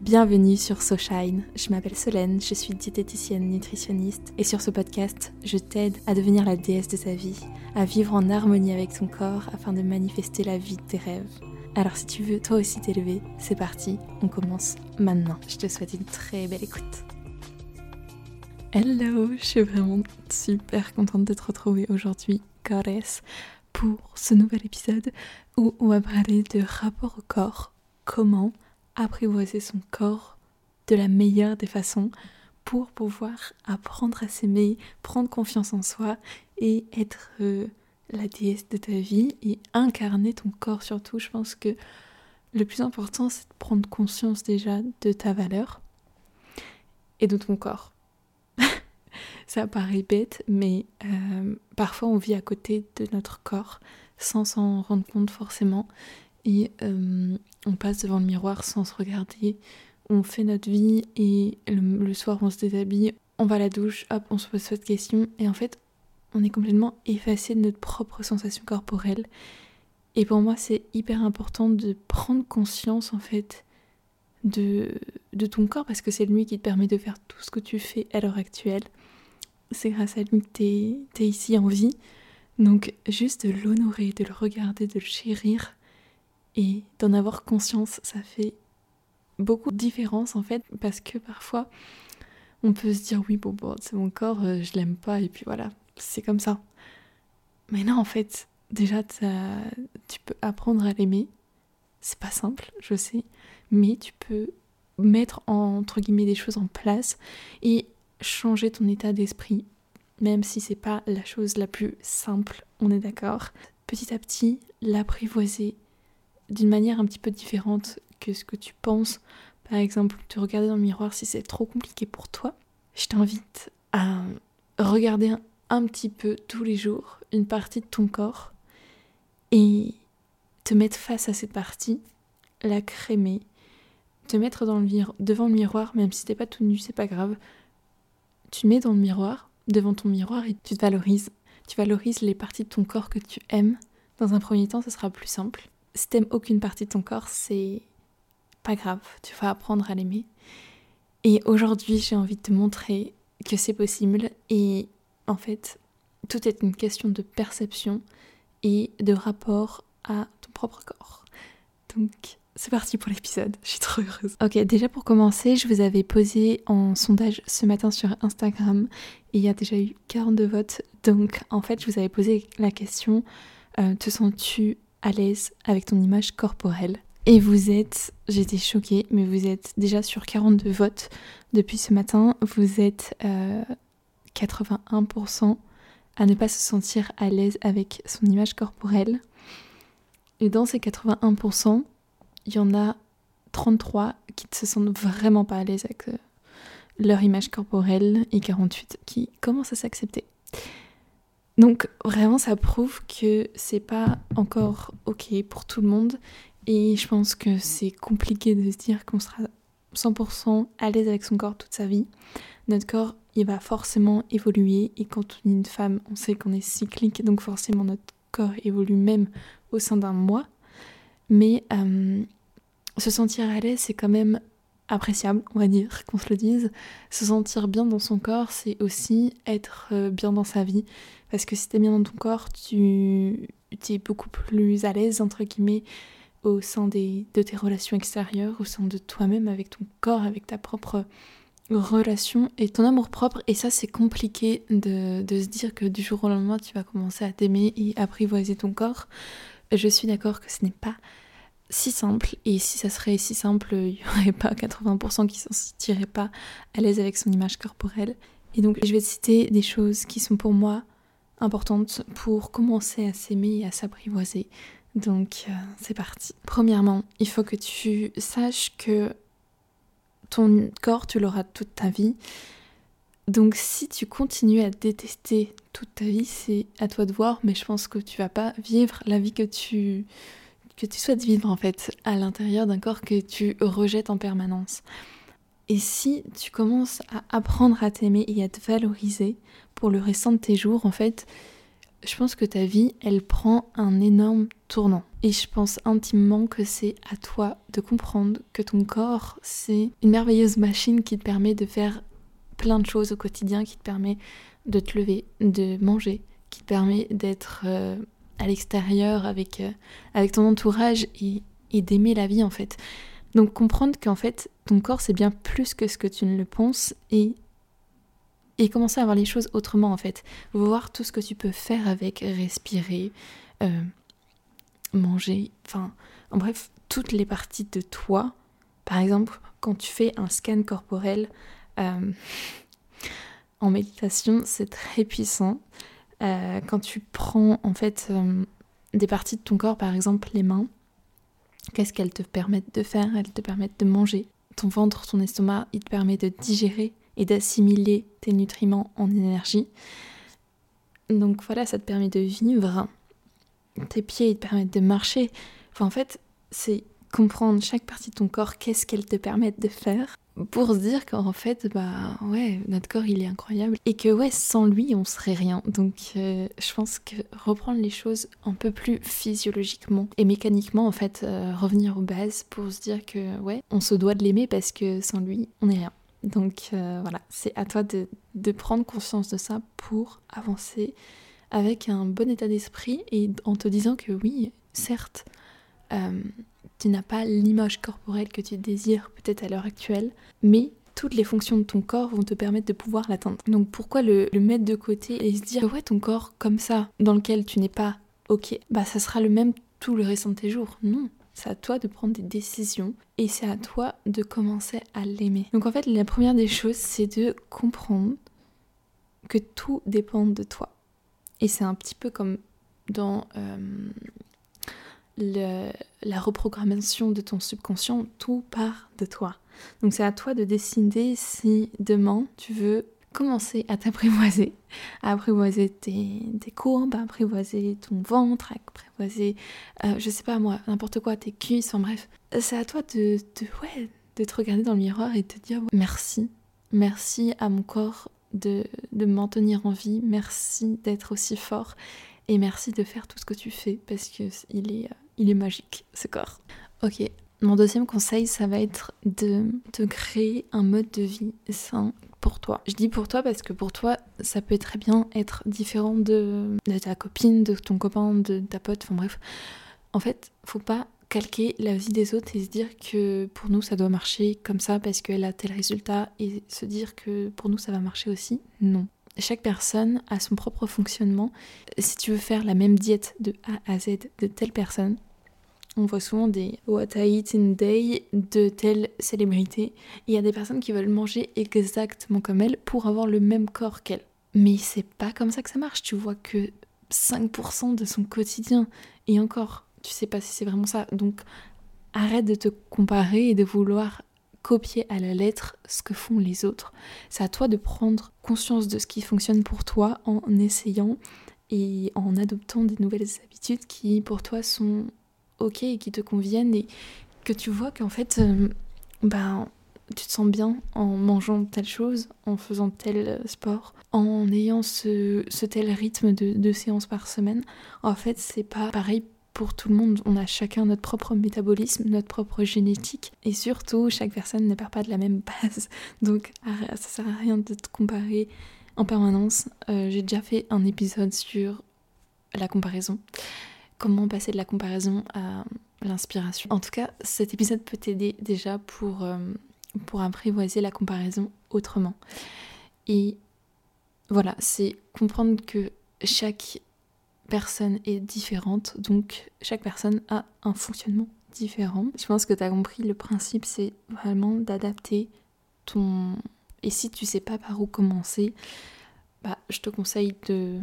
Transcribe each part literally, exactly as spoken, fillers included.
Bienvenue sur SoShine, je m'appelle Solène, je suis diététicienne nutritionniste et sur ce podcast, je t'aide à devenir la déesse de ta vie, à vivre en harmonie avec ton corps afin de manifester la vie de tes rêves. Alors si tu veux toi aussi t'élever, c'est parti, on commence maintenant. Je te souhaite une très belle écoute. Hello, je suis vraiment super contente de te retrouver aujourd'hui, Goddess, pour ce nouvel épisode où on va parler de rapport au corps, comment apprivoiser son corps de la meilleure des façons pour pouvoir apprendre à s'aimer, prendre confiance en soi et être euh, la déesse de ta vie et incarner ton corps surtout. Je pense que le plus important, c'est de prendre conscience déjà de ta valeur et de ton corps. Ça paraît bête, mais euh, parfois on vit à côté de notre corps sans s'en rendre compte forcément. Et euh, on passe devant le miroir sans se regarder, on fait notre vie et le, le soir on se déshabille, on va à la douche, hop, on se pose cette question et en fait on est complètement effacé de notre propre sensation corporelle. Et pour moi c'est hyper important de prendre conscience en fait de, de ton corps parce que c'est lui qui te permet de faire tout ce que tu fais à l'heure actuelle. C'est grâce à lui que t'es, t'es ici en vie, donc juste de l'honorer, de le regarder, de le chérir. Et d'en avoir conscience, ça fait beaucoup de différence en fait, parce que parfois on peut se dire oui bon, bon c'est mon corps, euh, je l'aime pas et puis voilà, c'est comme ça. Mais non en fait, déjà tu peux apprendre à l'aimer, c'est pas simple, je sais, mais tu peux mettre entre guillemets des choses en place et changer ton état d'esprit, même si c'est pas la chose la plus simple, on est d'accord. Petit à petit, l'apprivoiser d'une manière un petit peu différente que ce que tu penses. Par exemple, te regarder dans le miroir si c'est trop compliqué pour toi. Je t'invite à regarder un, un petit peu tous les jours une partie de ton corps et te mettre face à cette partie, la crémer, te mettre dans le mir- devant le miroir, même si t'es pas tout nu, c'est pas grave. Tu te mets dans le miroir, devant ton miroir et tu te valorises. Tu valorises les parties de ton corps que tu aimes. Dans un premier temps, ça sera plus simple. Si t'aimes aucune partie de ton corps, c'est pas grave, tu vas apprendre à l'aimer. Et aujourd'hui, j'ai envie de te montrer que c'est possible. Et en fait, tout est une question de perception et de rapport à ton propre corps. Donc, c'est parti pour l'épisode, je suis trop heureuse. Ok, déjà pour commencer, je vous avais posé en sondage ce matin sur Instagram et il y a déjà eu quarante-deux votes. Donc, en fait, je vous avais posé la question, euh, te sens-tu à l'aise avec ton image corporelle? Et vous êtes, j'étais choquée, mais vous êtes déjà sur quarante-deux votes depuis ce matin. Vous êtes euh, quatre-vingt-un pour cent à ne pas se sentir à l'aise avec son image corporelle. Et dans ces quatre-vingt-un pour cent, il y en a trente-trois qui ne se sentent vraiment pas à l'aise avec euh, leur image corporelle et quarante-huit qui commencent à s'accepter. Donc vraiment ça prouve que c'est pas encore ok pour tout le monde et je pense que c'est compliqué de se dire qu'on sera cent pour cent à l'aise avec son corps toute sa vie. Notre corps il va forcément évoluer et quand on est une femme on sait qu'on est cyclique donc forcément notre corps évolue même au sein d'un mois. Mais euh, se sentir à l'aise c'est quand même appréciable, on va dire, qu'on se le dise. Se sentir bien dans son corps, c'est aussi être bien dans sa vie. Parce que si t'es bien dans ton corps, tu es beaucoup plus à l'aise, entre guillemets, au sein des, de tes relations extérieures, au sein de toi-même, avec ton corps, avec ta propre relation et ton amour propre. Et ça, c'est compliqué de, de se dire que du jour au lendemain, tu vas commencer à t'aimer et apprivoiser ton corps. Je suis d'accord que ce n'est pas si simple, et si ça serait si simple, il n'y aurait pas quatre-vingts pour cent qui ne se sentiraient pas à l'aise avec son image corporelle. Et donc je vais te citer des choses qui sont pour moi importantes pour commencer à s'aimer et à s'apprivoiser. Donc euh, c'est parti. Premièrement, il faut que tu saches que ton corps, tu l'auras toute ta vie. Donc si tu continues à détester toute ta vie, c'est à toi de voir, mais je pense que tu vas pas vivre la vie que tu... que tu souhaites vivre en fait à l'intérieur d'un corps que tu rejettes en permanence. Et si tu commences à apprendre à t'aimer et à te valoriser pour le restant de tes jours, en fait, je pense que ta vie, elle prend un énorme tournant. Et je pense intimement que c'est à toi de comprendre que ton corps, c'est une merveilleuse machine qui te permet de faire plein de choses au quotidien, qui te permet de te lever, de manger, qui te permet d'être euh, à l'extérieur avec, euh, avec ton entourage et, et d'aimer la vie en fait. Donc comprendre qu'en fait, ton corps, c'est bien plus que ce que tu ne le penses et Et commencer à voir les choses autrement en fait. Voir tout ce que tu peux faire avec, respirer, euh, manger, enfin, en bref, toutes les parties de toi. Par exemple, quand tu fais un scan corporel euh, en méditation, c'est très puissant. Euh, quand tu prends en fait euh, des parties de ton corps, par exemple les mains, qu'est-ce qu'elles te permettent de faire? Elles te permettent de manger. Ton ventre, ton estomac, il te permet de digérer et d'assimiler tes nutriments en énergie. Donc voilà, ça te permet de vivre. Tes pieds, ils te permettent de marcher. Enfin, en fait, c'est comprendre chaque partie de ton corps, qu'est-ce qu'elle te permet de faire, pour se dire qu'en fait, bah ouais, notre corps, il est incroyable. Et que ouais, sans lui, on serait rien. Donc euh, je pense que reprendre les choses un peu plus physiologiquement et mécaniquement, en fait, euh, revenir aux bases pour se dire que ouais, on se doit de l'aimer parce que sans lui, on n'est rien. Donc euh, voilà, c'est à toi de, de prendre conscience de ça pour avancer avec un bon état d'esprit et en te disant que oui, certes, euh, tu n'as pas l'image corporelle que tu désires peut-être à l'heure actuelle, mais toutes les fonctions de ton corps vont te permettre de pouvoir l'atteindre. Donc pourquoi le, le mettre de côté et se dire que ouais, ton corps comme ça, dans lequel tu n'es pas ok, bah ça sera le même tout le restant de tes jours. Non. C'est à toi de prendre des décisions et c'est à toi de commencer à l'aimer. Donc en fait, la première des choses, c'est de comprendre que tout dépend de toi. Et c'est un petit peu comme dans euh, le, la reprogrammation de ton subconscient, tout part de toi. Donc c'est à toi de décider si demain tu veux commencer à t'apprivoiser, à apprivoiser tes, tes courbes, à apprivoiser ton ventre, à apprivoiser, euh, je sais pas moi, n'importe quoi, tes cuisses, enfin bref. C'est à toi de, de, ouais, de te regarder dans le miroir et de te dire ouais, merci, merci à mon corps de, de me maintenir en vie, merci d'être aussi fort et merci de faire tout ce que tu fais parce qu'il est, il est magique, ce corps. Ok, mon deuxième conseil, ça va être de te créer un mode de vie sain pour toi. Je dis pour toi parce que pour toi, ça peut très bien être différent de, de ta copine, de ton copain, de ta pote, enfin bref. En fait, faut pas calquer la vie des autres et se dire que pour nous ça doit marcher comme ça parce qu'elle a tel résultat et se dire que pour nous ça va marcher aussi. Non. Chaque personne a son propre fonctionnement. Si tu veux faire la même diète de A à Z de telle personne, on voit souvent des what I eat in a day de telle célébrité. Il y a des personnes qui veulent manger exactement comme elle pour avoir le même corps qu'elle. Mais c'est pas comme ça que ça marche. Tu vois que cinq pour cent de son quotidien. Et encore, tu sais pas si c'est vraiment ça. Donc arrête de te comparer et de vouloir copier à la lettre ce que font les autres. C'est à toi de prendre conscience de ce qui fonctionne pour toi en essayant et en adoptant des nouvelles habitudes qui pour toi sont ok et qui te conviennent et que tu vois qu'en fait euh, bah, tu te sens bien en mangeant telle chose, en faisant tel sport, en ayant ce, ce tel rythme de, de séances par semaine. En fait, c'est pas pareil pour tout le monde. On a chacun notre propre métabolisme, notre propre génétique et surtout, chaque personne ne part pas de la même base. Donc, ça sert à rien de te comparer en permanence. Euh, j'ai déjà fait un épisode sur la comparaison. Comment passer de la comparaison à l'inspiration. En tout cas, cet épisode peut t'aider déjà pour, euh, pour apprivoiser la comparaison autrement. Et voilà, c'est comprendre que chaque personne est différente, donc chaque personne a un fonctionnement différent. Je pense que tu as compris, le principe c'est vraiment d'adapter ton... Et si tu sais pas par où commencer, bah, je te conseille de...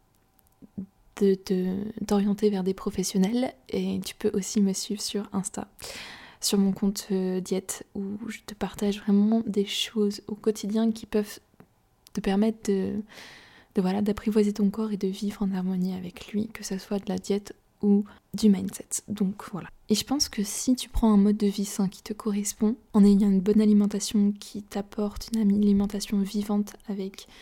De, de, d'orienter vers des professionnels et tu peux aussi me suivre sur Insta, sur mon compte euh, diète où je te partage vraiment des choses au quotidien qui peuvent te permettre de, de voilà, d'apprivoiser ton corps et de vivre en harmonie avec lui, que ce soit de la diète ou du mindset. Donc voilà. Et je pense que si tu prends un mode de vie sain qui te correspond, en ayant une bonne alimentation qui t'apporte une alimentation vivante avec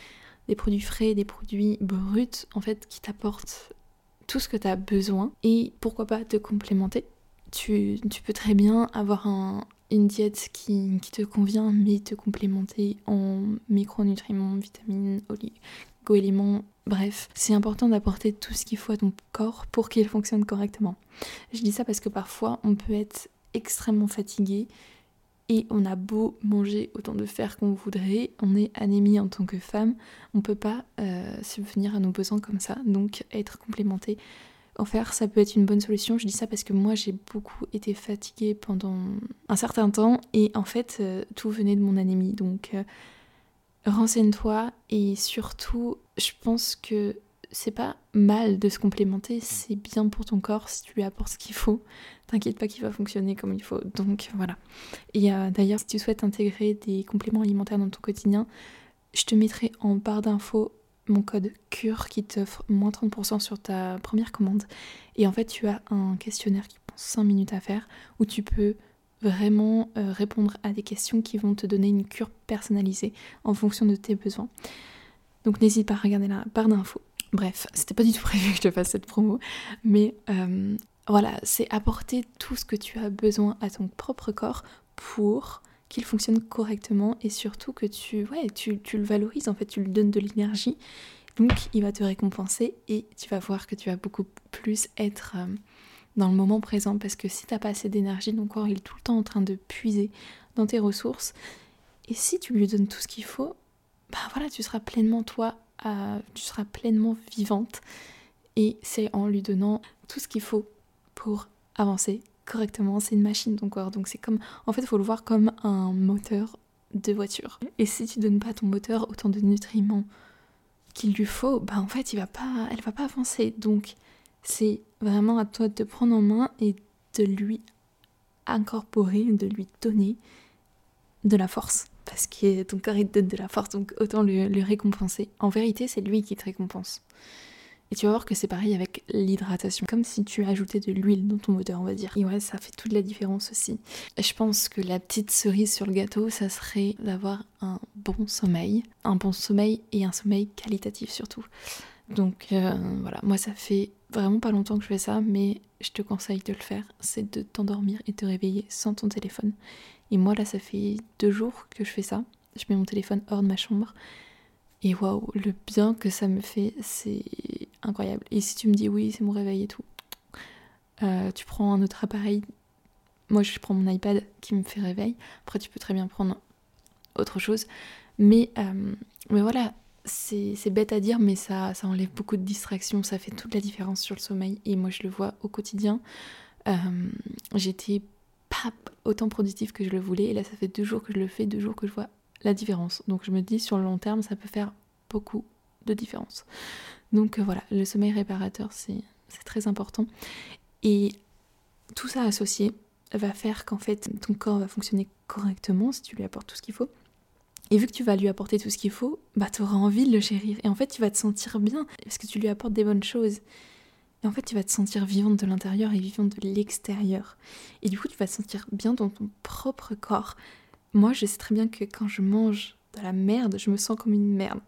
des produits frais, des produits bruts, en fait, qui t'apportent tout ce que tu as besoin et pourquoi pas te complémenter. Tu, tu peux très bien avoir un, une diète qui, qui te convient, mais te complémenter en micronutriments, vitamines, oligo-éléments. Bref, c'est important d'apporter tout ce qu'il faut à ton corps pour qu'il fonctionne correctement. Je dis ça parce que parfois, on peut être extrêmement fatigué et on a beau manger autant de fer qu'on voudrait, on est anémie en tant que femme, on peut pas euh, subvenir à nos besoins comme ça, donc être complémenté en fer, ça peut être une bonne solution. Je dis ça parce que moi j'ai beaucoup été fatiguée pendant un certain temps et en fait euh, tout venait de mon anémie, donc euh, renseigne-toi et surtout je pense que c'est pas mal de se complémenter, c'est bien pour ton corps si tu lui apportes ce qu'il faut. T'inquiète pas qu'il va fonctionner comme il faut. Donc voilà. Et euh, d'ailleurs, si tu souhaites intégrer des compléments alimentaires dans ton quotidien, je te mettrai en barre d'infos mon code C U R qui t'offre moins trente pour cent sur ta première commande. Et en fait, tu as un questionnaire qui prend cinq minutes à faire où tu peux vraiment euh, répondre à des questions qui vont te donner une cure personnalisée en fonction de tes besoins. Donc n'hésite pas à regarder la barre d'infos. Bref, c'était pas du tout prévu que je te fasse cette promo, mais euh, voilà, c'est apporter tout ce que tu as besoin à ton propre corps pour qu'il fonctionne correctement et surtout que tu, ouais, tu, tu le valorises, en fait, tu lui donnes de l'énergie, donc il va te récompenser et tu vas voir que tu vas beaucoup plus être euh, dans le moment présent parce que si t'as pas assez d'énergie, ton corps il est tout le temps en train de puiser dans tes ressources et si tu lui donnes tout ce qu'il faut, bah voilà, tu seras pleinement toi, euh, tu seras pleinement vivante et c'est en lui donnant tout ce qu'il faut pour avancer correctement. C'est une machine ton corps, donc c'est comme, en fait il faut le voir comme un moteur de voiture. Et si tu donnes pas à ton moteur autant de nutriments qu'il lui faut, bah en fait il va pas, elle va pas avancer. Donc c'est vraiment à toi de te prendre en main et de lui incorporer, de lui donner de la force. Parce que ton corps il te donne de la force, donc autant le, le récompenser. En vérité, c'est lui qui te récompense. Et tu vas voir que c'est pareil avec l'hydratation. Comme si tu ajoutais de l'huile dans ton moteur, on va dire. Et ouais, ça fait toute la différence aussi. Je pense que la petite cerise sur le gâteau, ça serait d'avoir un bon sommeil. Un bon sommeil et un sommeil qualitatif surtout. Donc euh, voilà, moi ça fait vraiment pas longtemps que je fais ça, mais je te conseille de le faire. C'est de t'endormir et te réveiller sans ton téléphone. Et moi là, ça fait deux jours que je fais ça. Je mets mon téléphone hors de ma chambre. Et waouh, le bien que ça me fait, c'est incroyable. Et si tu me dis oui, c'est mon réveil et tout, euh, tu prends un autre appareil. Moi, je prends mon iPad qui me fait réveil. Après, tu peux très bien prendre autre chose. Mais, euh, mais voilà, c'est, c'est bête à dire, mais ça, ça enlève beaucoup de distractions. Ça fait toute la différence sur le sommeil. Et moi, je le vois au quotidien. Euh, j'étais pas autant productive que je le voulais. Et là, ça fait deux jours que je le fais, deux jours que je vois la différence. Donc je me dis sur le long terme ça peut faire beaucoup de différence. Donc euh, voilà, le sommeil réparateur c'est, c'est très important. Et tout ça associé va faire qu'en fait ton corps va fonctionner correctement si tu lui apportes tout ce qu'il faut. Et vu que tu vas lui apporter tout ce qu'il faut, bah tu auras envie de le chérir. Et en fait tu vas te sentir bien parce que tu lui apportes des bonnes choses. Et en fait tu vas te sentir vivante de l'intérieur et vivante de l'extérieur. Et du coup tu vas te sentir bien dans ton propre corps. Moi, je sais très bien que quand je mange de la merde, je me sens comme une merde.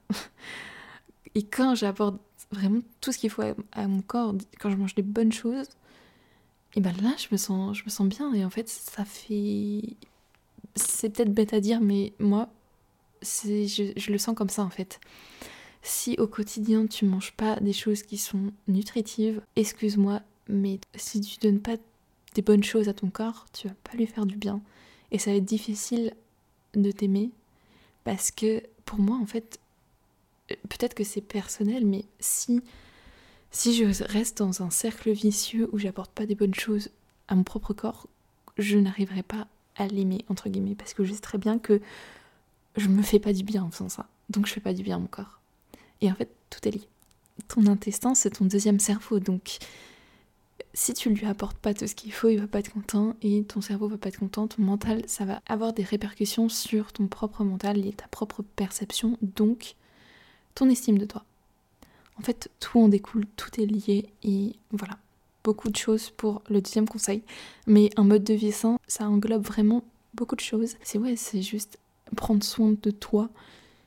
Et quand j'apporte vraiment tout ce qu'il faut à, à mon corps, quand je mange des bonnes choses, et ben là, je me sens, je me sens bien. Et en fait, ça fait... C'est peut-être bête à dire, mais moi, c'est, je, je le sens comme ça, en fait. Si au quotidien, tu manges pas des choses qui sont nutritives, excuse-moi, mais si tu donnes pas des bonnes choses à ton corps, tu vas pas lui faire du bien. Et ça va être difficile de t'aimer parce que pour moi en fait peut-être que c'est personnel mais si si je reste dans un cercle vicieux où j'apporte pas des bonnes choses à mon propre corps, je n'arriverai pas à l'aimer entre guillemets parce que je sais très bien que je me fais pas du bien en faisant ça, donc je fais pas du bien à mon corps. Et en fait tout est lié. Ton intestin c'est ton deuxième cerveau, donc si tu lui apportes pas tout ce qu'il faut, il va pas être content et ton cerveau va pas être content, ton mental, ça va avoir des répercussions sur ton propre mental et ta propre perception, donc ton estime de toi. En fait, tout en découle, tout est lié et voilà, beaucoup de choses pour le deuxième conseil. Mais un mode de vie sain, ça englobe vraiment beaucoup de choses. C'est ouais, c'est juste prendre soin de toi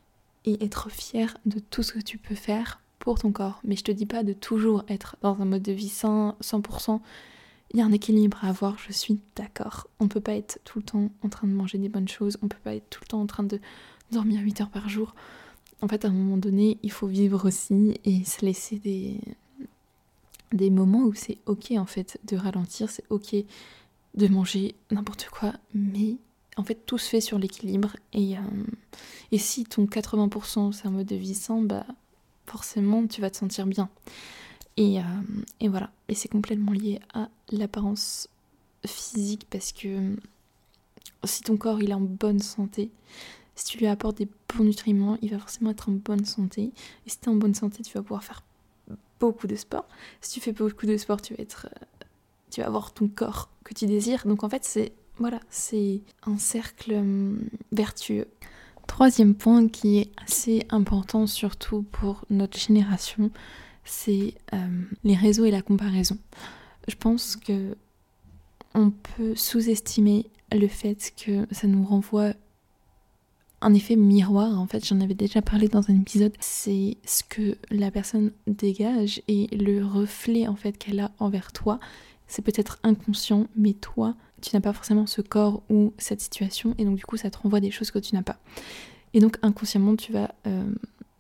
et être fier de tout ce que tu peux faire pour ton corps. Mais je te dis pas de toujours être dans un mode de vie sain, cent pour cent. Il y a un équilibre à avoir, je suis d'accord. On peut pas être tout le temps en train de manger des bonnes choses, on peut pas être tout le temps en train de dormir huit heures par jour. En fait, à un moment donné, il faut vivre aussi et se laisser des, des moments où c'est ok en fait de ralentir, c'est ok de manger n'importe quoi, mais en fait tout se fait sur l'équilibre et, euh, et si ton quatre-vingts pour cent c'est un mode de vie sain, bah forcément tu vas te sentir bien. Et, euh, et voilà, et c'est complètement lié à l'apparence physique parce que si ton corps il est en bonne santé, si tu lui apportes des bons nutriments, il va forcément être en bonne santé. Et si tu es en bonne santé, tu vas pouvoir faire beaucoup de sport. Si tu fais beaucoup de sport, tu vas être, tu vas avoir ton corps que tu désires. Donc en fait, c'est voilà, c'est un cercle hum, vertueux. Troisième point qui est assez important, surtout pour notre génération, c'est euh, les réseaux et la comparaison. Je pense que on peut sous-estimer le fait que ça nous renvoie un effet miroir. En fait, j'en avais déjà parlé dans un épisode. C'est ce que la personne dégage et le reflet en fait qu'elle a envers toi. C'est peut-être inconscient, mais toi, tu n'as pas forcément ce corps ou cette situation, et donc du coup, ça te renvoie des choses que tu n'as pas. Et donc inconsciemment, tu vas euh,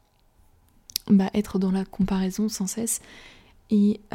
bah, être dans la comparaison sans cesse. Et euh,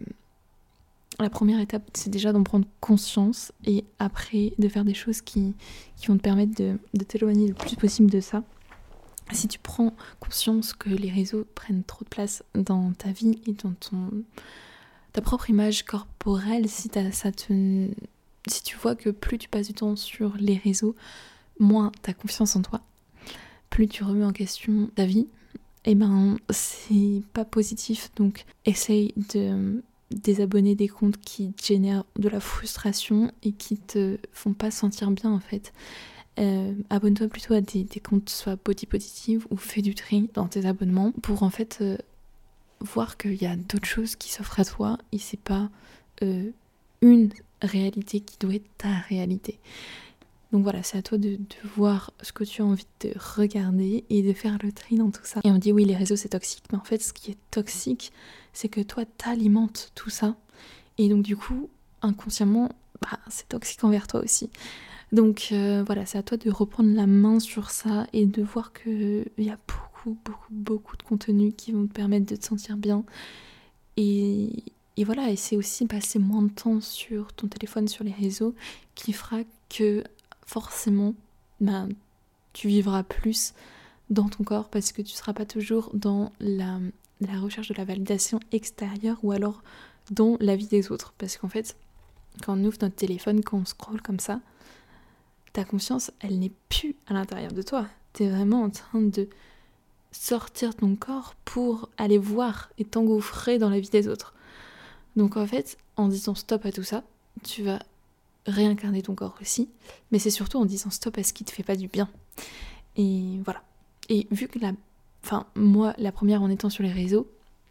la première étape, c'est déjà d'en prendre conscience et après de faire des choses qui, qui vont te permettre de, de t'éloigner le plus possible de ça. Si tu prends conscience que les réseaux prennent trop de place dans ta vie et dans ton, ta propre image corporelle, si, ça te, si tu vois que plus tu passes du temps sur les réseaux, moins tu as confiance en toi, plus tu remets en question ta vie, et ben c'est pas positif. Donc essaye de désabonner des comptes qui te génèrent de la frustration et qui te font pas sentir bien en fait. Euh, abonne-toi plutôt à des, des comptes soit body positive ou fais du tri dans tes abonnements pour en fait euh, voir qu'il y a d'autres choses qui s'offrent à toi et c'est pas euh, une réalité qui doit être ta réalité. Donc voilà, c'est à toi de, de voir ce que tu as envie de regarder et de faire le tri dans tout ça. Et on dit oui, les réseaux c'est toxique, mais en fait ce qui est toxique, c'est que toi t'alimentes tout ça. Et donc du coup, inconsciemment, bah, c'est toxique envers toi aussi. Donc euh, voilà, c'est à toi de reprendre la main sur ça et de voir qu'il y a beaucoup, beaucoup, beaucoup de contenus qui vont te permettre de te sentir bien. Et, et voilà, et c'est aussi passer moins de temps sur ton téléphone, sur les réseaux, qui fera que forcément, bah, tu vivras plus dans ton corps parce que tu ne seras pas toujours dans la, la recherche de la validation extérieure ou alors dans la vie des autres. Parce qu'en fait, quand on ouvre notre téléphone, quand on scrolle comme ça, ta conscience, elle n'est plus à l'intérieur de toi. Tu es vraiment en train de sortir ton corps pour aller voir et t'engouffrer dans la vie des autres. Donc en fait, en disant stop à tout ça, tu vas réincarner ton corps aussi, mais c'est surtout en disant stop à ce qui te fait pas du bien. Et voilà. Et vu que la, enfin moi, la première en étant sur les réseaux,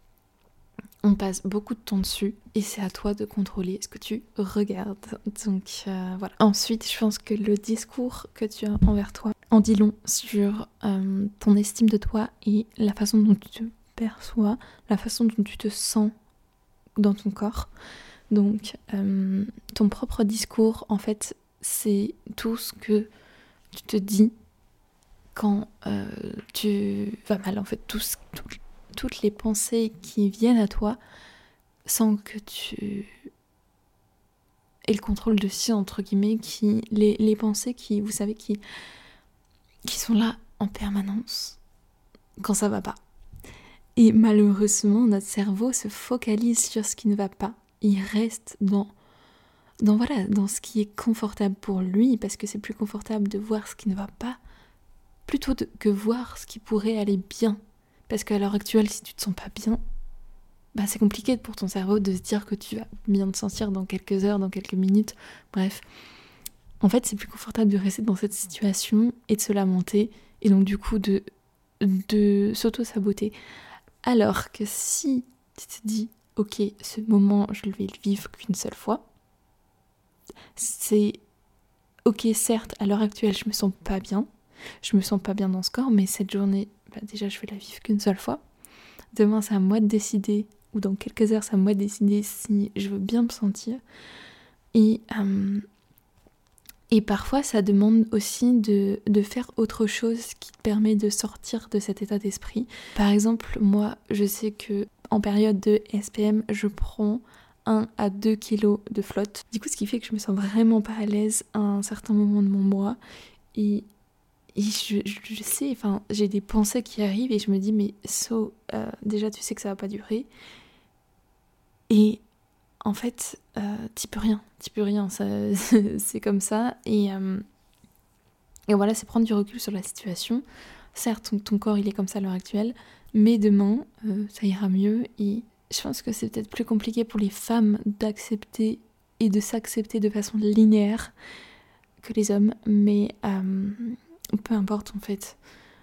on passe beaucoup de temps dessus et c'est à toi de contrôler ce que tu regardes. Donc euh, voilà. Ensuite, je pense que le discours que tu as envers toi en dit long sur euh, ton estime de toi et la façon dont tu te perçois, la façon dont tu te sens dans ton corps. Donc, euh, ton propre discours, en fait, c'est tout ce que tu te dis quand euh, tu vas mal. En fait, tout, tout, toutes les pensées qui viennent à toi sans que tu aies le contrôle dessus, entre guillemets, qui, les, les pensées qui, vous savez, qui, qui sont là en permanence quand ça va pas. Et malheureusement, notre cerveau se focalise sur ce qui ne va pas. Il reste dans, dans, voilà, dans ce qui est confortable pour lui, parce que c'est plus confortable de voir ce qui ne va pas, plutôt de, que voir ce qui pourrait aller bien. Parce qu'à l'heure actuelle, si tu te sens pas bien, bah c'est compliqué pour ton cerveau de se dire que tu vas bien te sentir dans quelques heures, dans quelques minutes. Bref, en fait, c'est plus confortable de rester dans cette situation et de se lamenter, et donc du coup de, de s'auto-saboter. Alors que si tu te dis ok, ce moment, je vais le vivre qu'une seule fois. C'est ok, certes, à l'heure actuelle, je me sens pas bien, je me sens pas bien dans ce corps, mais cette journée, bah déjà je vais la vivre qu'une seule fois. Demain c'est à moi de décider, ou dans quelques heures c'est à moi de décider si je veux bien me sentir. Et, euh, et parfois ça demande aussi de, de faire autre chose qui te permet de sortir de cet état d'esprit. Par exemple, moi je sais que en période de S P M, je prends un à deux kilos de flotte. Du coup, ce qui fait que je me sens vraiment pas à l'aise à un certain moment de mon mois. Et, et je, je, je sais, enfin, j'ai des pensées qui arrivent et je me dis, mais So, euh, déjà tu sais que ça va pas durer. Et en fait, euh, t'y peux rien, t'y peux rien, ça, c'est comme ça. Et, euh, et voilà, c'est prendre du recul sur la situation. Certes, ton, ton corps il est comme ça à l'heure actuelle, mais demain, euh, ça ira mieux. Et je pense que c'est peut-être plus compliqué pour les femmes d'accepter et de s'accepter de façon linéaire que les hommes, mais euh, peu importe en fait.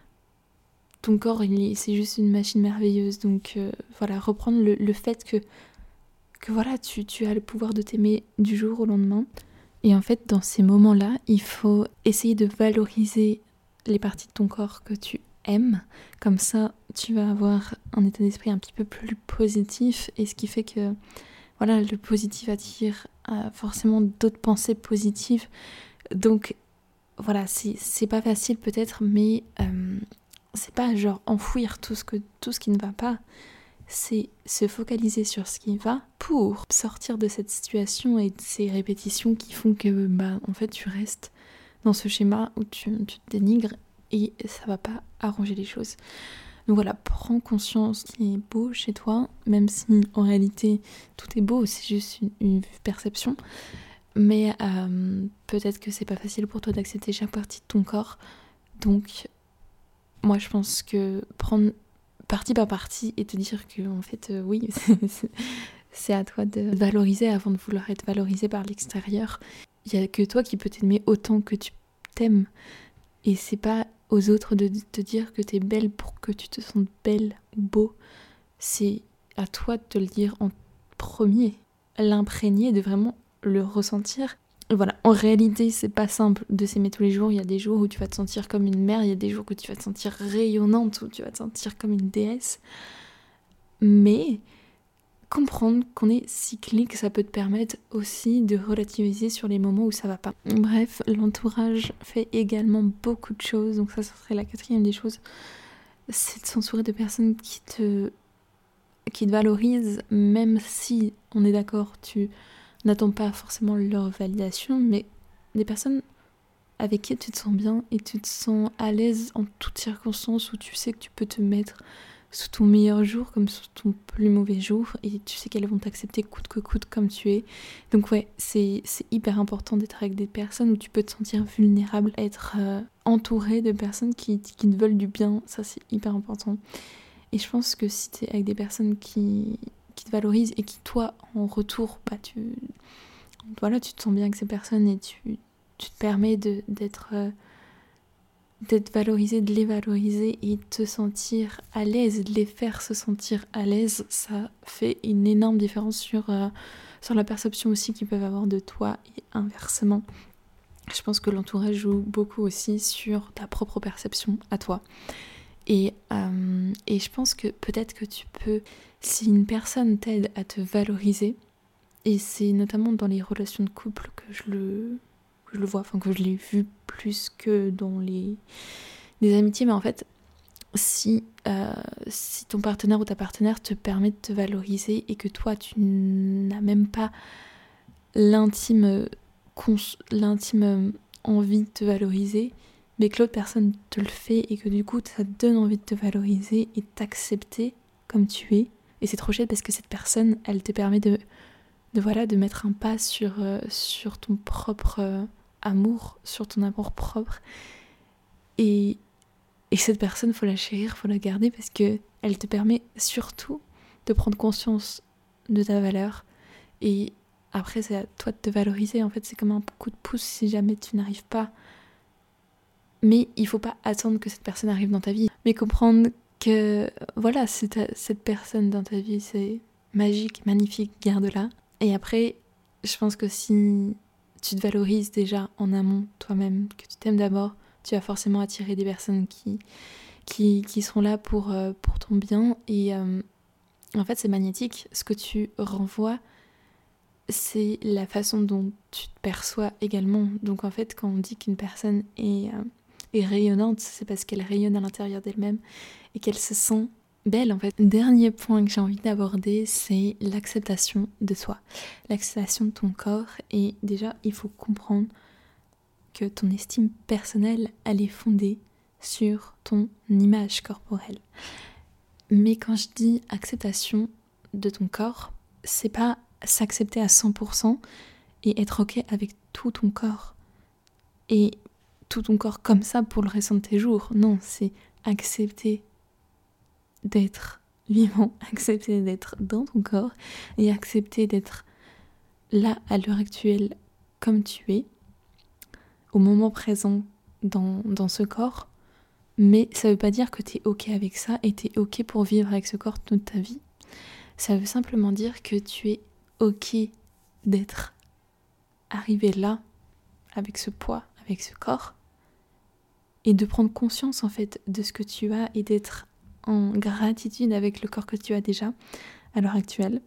Ton corps, il est, c'est juste une machine merveilleuse, donc euh, voilà, reprendre le, le fait que, que voilà, tu, tu as le pouvoir de t'aimer du jour au lendemain. Et en fait, dans ces moments-là, il faut essayer de valoriser les parties de ton corps que tu aimes. Comme ça, tu vas avoir un état d'esprit un petit peu plus positif, et ce qui fait que voilà, le positif attire euh, forcément d'autres pensées positives. Donc voilà, c'est, c'est pas facile peut-être, mais euh, c'est pas genre enfouir tout ce, que, tout ce qui ne va pas. C'est se focaliser sur ce qui va pour sortir de cette situation et de ces répétitions qui font que bah en fait tu restes dans ce schéma où tu, tu te dénigres et ça va pas arranger les choses. Donc voilà, prends conscience qui est beau chez toi, même si en réalité tout est beau, c'est juste une, une perception. Mais euh, peut-être que c'est pas facile pour toi d'accepter chaque partie de ton corps. Donc moi je pense que prendre partie par partie et te dire que en fait euh, oui c'est à toi de valoriser avant de vouloir être valorisé par l'extérieur. Il y a que toi qui peux t'aimer autant que tu t'aimes, et c'est pas aux autres de te dire que t'es belle pour que tu te sentes belle ou beau. C'est à toi de te le dire en premier, l'imprégner, de vraiment le ressentir. Et voilà, en réalité c'est pas simple de s'aimer tous les jours. Il y a des jours où tu vas te sentir comme une mère, il y a des jours où tu vas te sentir rayonnante, où tu vas te sentir comme une déesse. Mais comprendre qu'on est cyclique, ça peut te permettre aussi de relativiser sur les moments où ça va pas. Bref, l'entourage fait également beaucoup de choses, donc ça, ça serait la quatrième des choses, c'est de s'entourer de personnes qui te, qui te valorisent, même si, on est d'accord, tu n'attends pas forcément leur validation, mais des personnes avec qui tu te sens bien et tu te sens à l'aise en toutes circonstances, où tu sais que tu peux te mettre sous ton meilleur jour comme sous ton plus mauvais jour, et tu sais qu'elles vont t'accepter coûte que coûte comme tu es. Donc ouais, c'est, c'est hyper important d'être avec des personnes où tu peux te sentir vulnérable, être euh, entouré de personnes qui, qui te veulent du bien, ça c'est hyper important. Et je pense que si t'es avec des personnes qui, qui te valorisent et qui toi en retour, bah tu, voilà, tu te sens bien avec ces personnes et tu, tu te permets de, d'être... Euh, d'être valorisé, de les valoriser et de te sentir à l'aise, de les faire se sentir à l'aise, ça fait une énorme différence sur, euh, sur la perception aussi qu'ils peuvent avoir de toi, et inversement. Je pense que l'entourage joue beaucoup aussi sur ta propre perception à toi. Et, euh, et je pense que peut-être que tu peux, si une personne t'aide à te valoriser, et c'est notamment dans les relations de couple que je le... je le vois, enfin que je l'ai vu plus que dans les, les amitiés, mais en fait, si, euh, si ton partenaire ou ta partenaire te permet de te valoriser et que toi, tu n'as même pas l'intime, cons- l'intime envie de te valoriser, mais que l'autre personne te le fait et que du coup, ça te donne envie de te valoriser et de t'accepter comme tu es, et c'est trop chouette parce que cette personne, elle te permet de, de, voilà, de mettre un pas sur, euh, sur ton propre... Euh, amour, sur ton amour propre, et, et cette personne, faut la chérir, faut la garder parce que elle te permet surtout de prendre conscience de ta valeur, et après c'est à toi de te valoriser. En fait, c'est comme un coup de pouce si jamais tu n'arrives pas, mais il faut pas attendre que cette personne arrive dans ta vie, mais comprendre que voilà, c'est ta, cette personne dans ta vie, c'est magique, magnifique, garde-la. Et après, je pense que si tu te valorises déjà en amont toi-même, que tu t'aimes d'abord, tu vas forcément attirer des personnes qui, qui, qui seront là pour, euh, pour ton bien. Et euh, en fait, c'est magnétique. Ce que tu renvoies, c'est la façon dont tu te perçois également. Donc en fait, quand on dit qu'une personne est, euh, est rayonnante, c'est parce qu'elle rayonne à l'intérieur d'elle-même et qu'elle se sent belle en fait. Dernier point que j'ai envie d'aborder, c'est l'acceptation de soi, l'acceptation de ton corps. Et déjà, il faut comprendre que ton estime personnelle, elle est fondée sur ton image corporelle. Mais quand je dis acceptation de ton corps, c'est pas s'accepter à cent pour cent et être ok avec tout ton corps. Et tout ton corps comme ça pour le restant de tes jours. Non, c'est accepter d'être vivant, accepter d'être dans ton corps et accepter d'être là à l'heure actuelle comme tu es, au moment présent dans, dans ce corps. Mais ça veut pas dire que tu es ok avec ça et tu es ok pour vivre avec ce corps toute ta vie. Ça veut simplement dire que tu es ok d'être arrivé là, avec ce poids, avec ce corps, et de prendre conscience en fait de ce que tu as et d'être en gratitude avec le corps que tu as déjà à l'heure actuelle.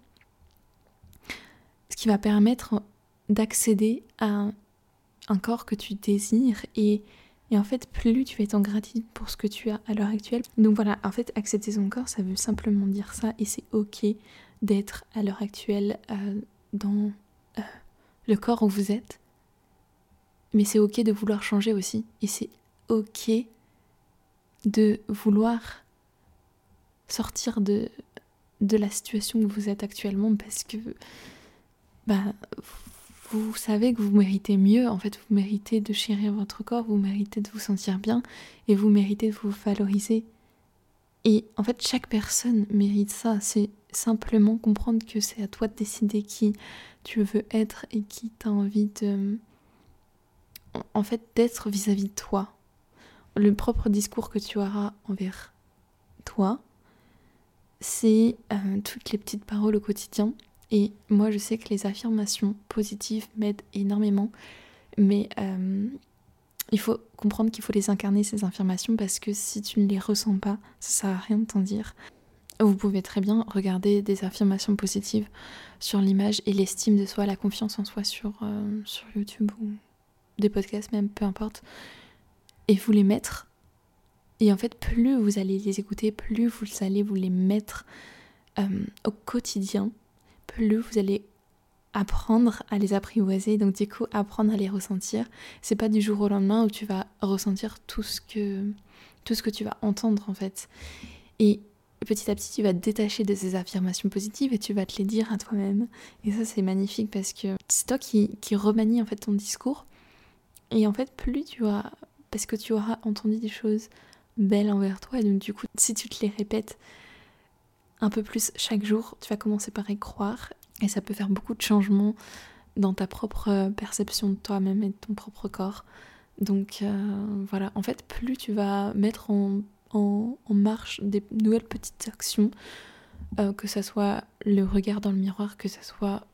Ce qui va permettre d'accéder à un corps que tu désires et, et en fait plus tu vas être en gratitude pour ce que tu as à l'heure actuelle. Donc voilà, en fait accepter son corps, ça veut simplement dire ça et c'est ok d'être à l'heure actuelle euh, dans euh, le corps où vous êtes. Mais c'est ok de vouloir changer aussi. Et c'est ok de vouloir sortir de, de la situation où vous êtes actuellement parce que bah, vous savez que vous méritez mieux. En fait, vous méritez de chérir votre corps, vous méritez de vous sentir bien et vous méritez de vous valoriser. Et en fait, chaque personne mérite ça. C'est simplement comprendre que c'est à toi de décider qui tu veux être et qui t'as envie de... En fait, d'être vis-à-vis de toi. Le propre discours que tu auras envers toi, c'est euh, toutes les petites paroles au quotidien. Et moi, je sais que les affirmations positives m'aident énormément. Mais euh, il faut comprendre qu'il faut les incarner, ces affirmations, parce que si tu ne les ressens pas, ça sert à rien de t'en dire. Vous pouvez très bien regarder des affirmations positives sur l'image et l'estime de soi, la confiance en soi sur, euh, sur YouTube ou des podcasts même, peu importe, et vous les mettre. Et en fait, plus vous allez les écouter, plus vous allez vous les mettre euh, au quotidien, plus vous allez apprendre à les apprivoiser, donc du coup apprendre à les ressentir. C'est pas du jour au lendemain où tu vas ressentir tout ce que, tout ce que tu vas entendre en fait. Et petit à petit, tu vas te détacher de ces affirmations positives et tu vas te les dire à toi-même. Et ça, c'est magnifique parce que c'est toi qui, qui remanie en fait ton discours. Et en fait, plus tu auras... Parce que tu auras entendu des choses belles envers toi. Et donc du coup, si tu te les répètes un peu plus chaque jour, tu vas commencer par y croire. Et ça peut faire beaucoup de changements dans ta propre perception de toi-même et de ton propre corps. Donc euh, voilà, en fait, plus tu vas mettre en... En, en marche des nouvelles petites actions, euh, que ça soit le regard dans le miroir, que ça soit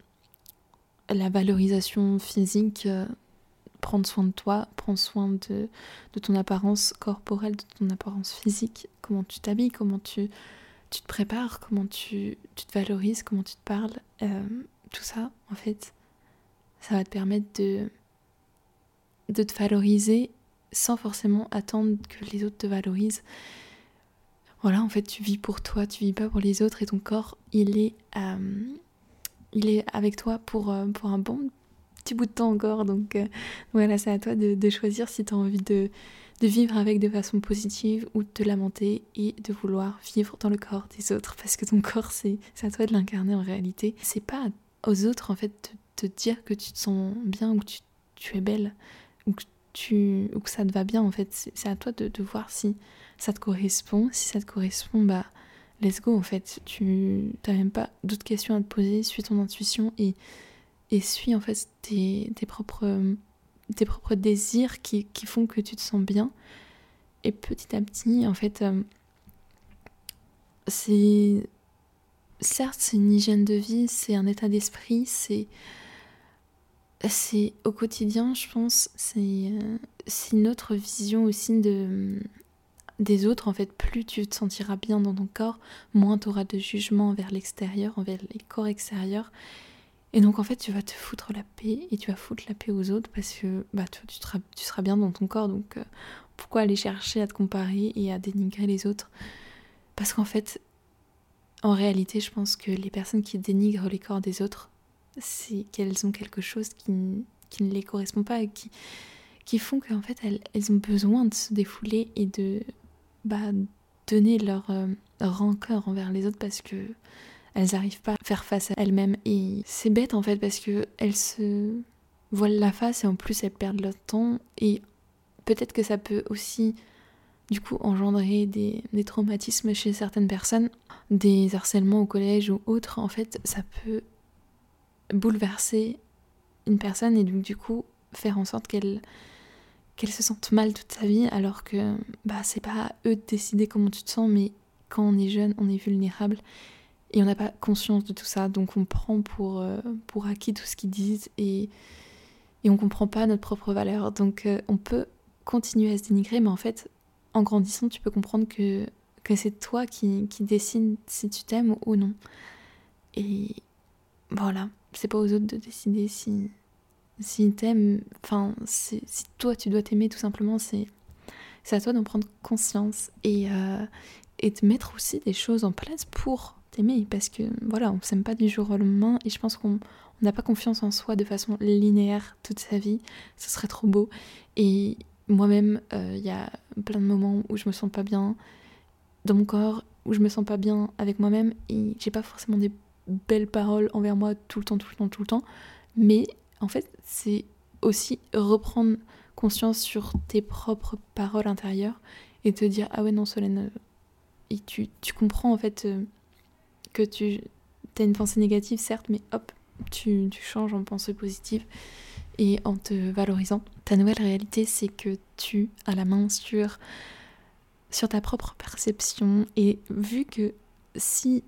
la valorisation physique, euh, prendre soin de toi, prendre soin de, de ton apparence corporelle, de ton apparence physique, comment tu t'habilles, comment tu, tu te prépares, comment tu, tu te valorises, comment tu te parles, euh, tout ça, en fait, ça va te permettre de, de te valoriser sans forcément attendre que les autres te valorisent. Voilà, en fait, tu vis pour toi, tu vis pas pour les autres et ton corps, il est, euh, il est avec toi pour, euh, pour un bon petit bout de temps encore. Donc euh, voilà, c'est à toi de, de choisir si tu as envie de, de vivre avec de façon positive ou de te lamenter et de vouloir vivre dans le corps des autres. Parce que ton corps, c'est, c'est à toi de l'incarner en réalité. C'est pas aux autres, en fait, de te dire que tu te sens bien ou que tu, tu es belle ou que Tu, ou que ça te va bien en fait, c'est, c'est à toi de, de voir si ça te correspond. Si ça te correspond, bah let's go en fait. Tu n'as même pas d'autres questions à te poser, suis ton intuition et, et suis en fait tes, tes, propres, tes propres désirs qui, qui font que tu te sens bien. Et petit à petit en fait, euh, c'est certes c'est une hygiène de vie, c'est un état d'esprit, c'est c'est au quotidien, je pense, c'est, euh, c'est une autre vision aussi de, des autres. En fait, plus tu te sentiras bien dans ton corps, moins tu auras de jugement envers l'extérieur, envers les corps extérieurs. Et donc en fait, tu vas te foutre la paix et tu vas foutre la paix aux autres parce que bah, toi, tu, seras, tu seras bien dans ton corps. Donc euh, pourquoi aller chercher à te comparer et à dénigrer les autres? Parce qu'en fait, en réalité, je pense que les personnes qui dénigrent les corps des autres, c'est qu'elles ont quelque chose qui, qui ne les correspond pas et qui, qui font qu'en fait, elles, elles ont besoin de se défouler et de bah, donner leur euh, rancœur envers les autres parce que elles n'arrivent pas à faire face à elles-mêmes. Et c'est bête en fait parce que elles se voilent la face et en plus elles perdent leur temps. Et peut-être que ça peut aussi du coup engendrer des, des traumatismes chez certaines personnes, des harcèlements au collège ou autres. En fait, ça peut bouleverser une personne et donc du coup faire en sorte qu'elle qu'elle se sente mal toute sa vie, alors que bah c'est pas à eux de décider comment tu te sens, mais quand on est jeune, on est vulnérable et on n'a pas conscience de tout ça, donc on prend pour, euh, pour acquis tout ce qu'ils disent et, et on comprend pas notre propre valeur. Donc euh, on peut continuer à se dénigrer, mais en fait, en grandissant, tu peux comprendre que, que c'est toi qui, qui décides si tu t'aimes ou non. Et voilà, c'est pas aux autres de décider si, si t'aimes, enfin, si toi tu dois t'aimer tout simplement, c'est, c'est à toi d'en prendre conscience et, euh, et de mettre aussi des choses en place pour t'aimer, parce que voilà, on s'aime pas du jour au lendemain et je pense qu'on n'a pas confiance en soi de façon linéaire toute sa vie, ce serait trop beau. Et moi-même, il euh, y a plein de moments où je me sens pas bien dans mon corps, où je me sens pas bien avec moi-même et j'ai pas forcément des belles paroles envers moi tout le temps, tout le temps, tout le temps, mais en fait, c'est aussi reprendre conscience sur tes propres paroles intérieures et te dire ah ouais non Solène, et tu, tu comprends en fait euh, que tu as une pensée négative certes, mais hop, tu, tu changes en pensée positive et en te valorisant. Ta nouvelle réalité, c'est que tu as la main sur, sur ta propre perception et vu que si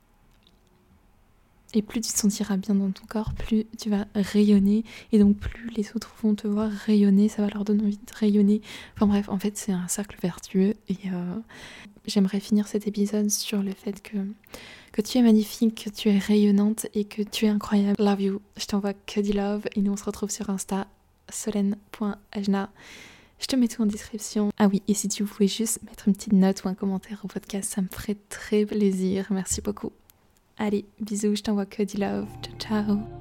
et plus tu te sentiras bien dans ton corps, plus tu vas rayonner et donc plus les autres vont te voir rayonner, ça va leur donner envie de rayonner. Enfin bref, en fait c'est un cercle vertueux et euh, j'aimerais finir cet épisode sur le fait que, que tu es magnifique, que tu es rayonnante et que tu es incroyable. Love you, je t'envoie que du love et nous on se retrouve sur Insta, solène point ajna. Je te mets tout en description. Ah oui, et si tu pouvais juste mettre une petite note ou un commentaire au podcast, ça me ferait très plaisir. Merci beaucoup. Allez, bisous, je t'envoie que du love. Ciao, ciao.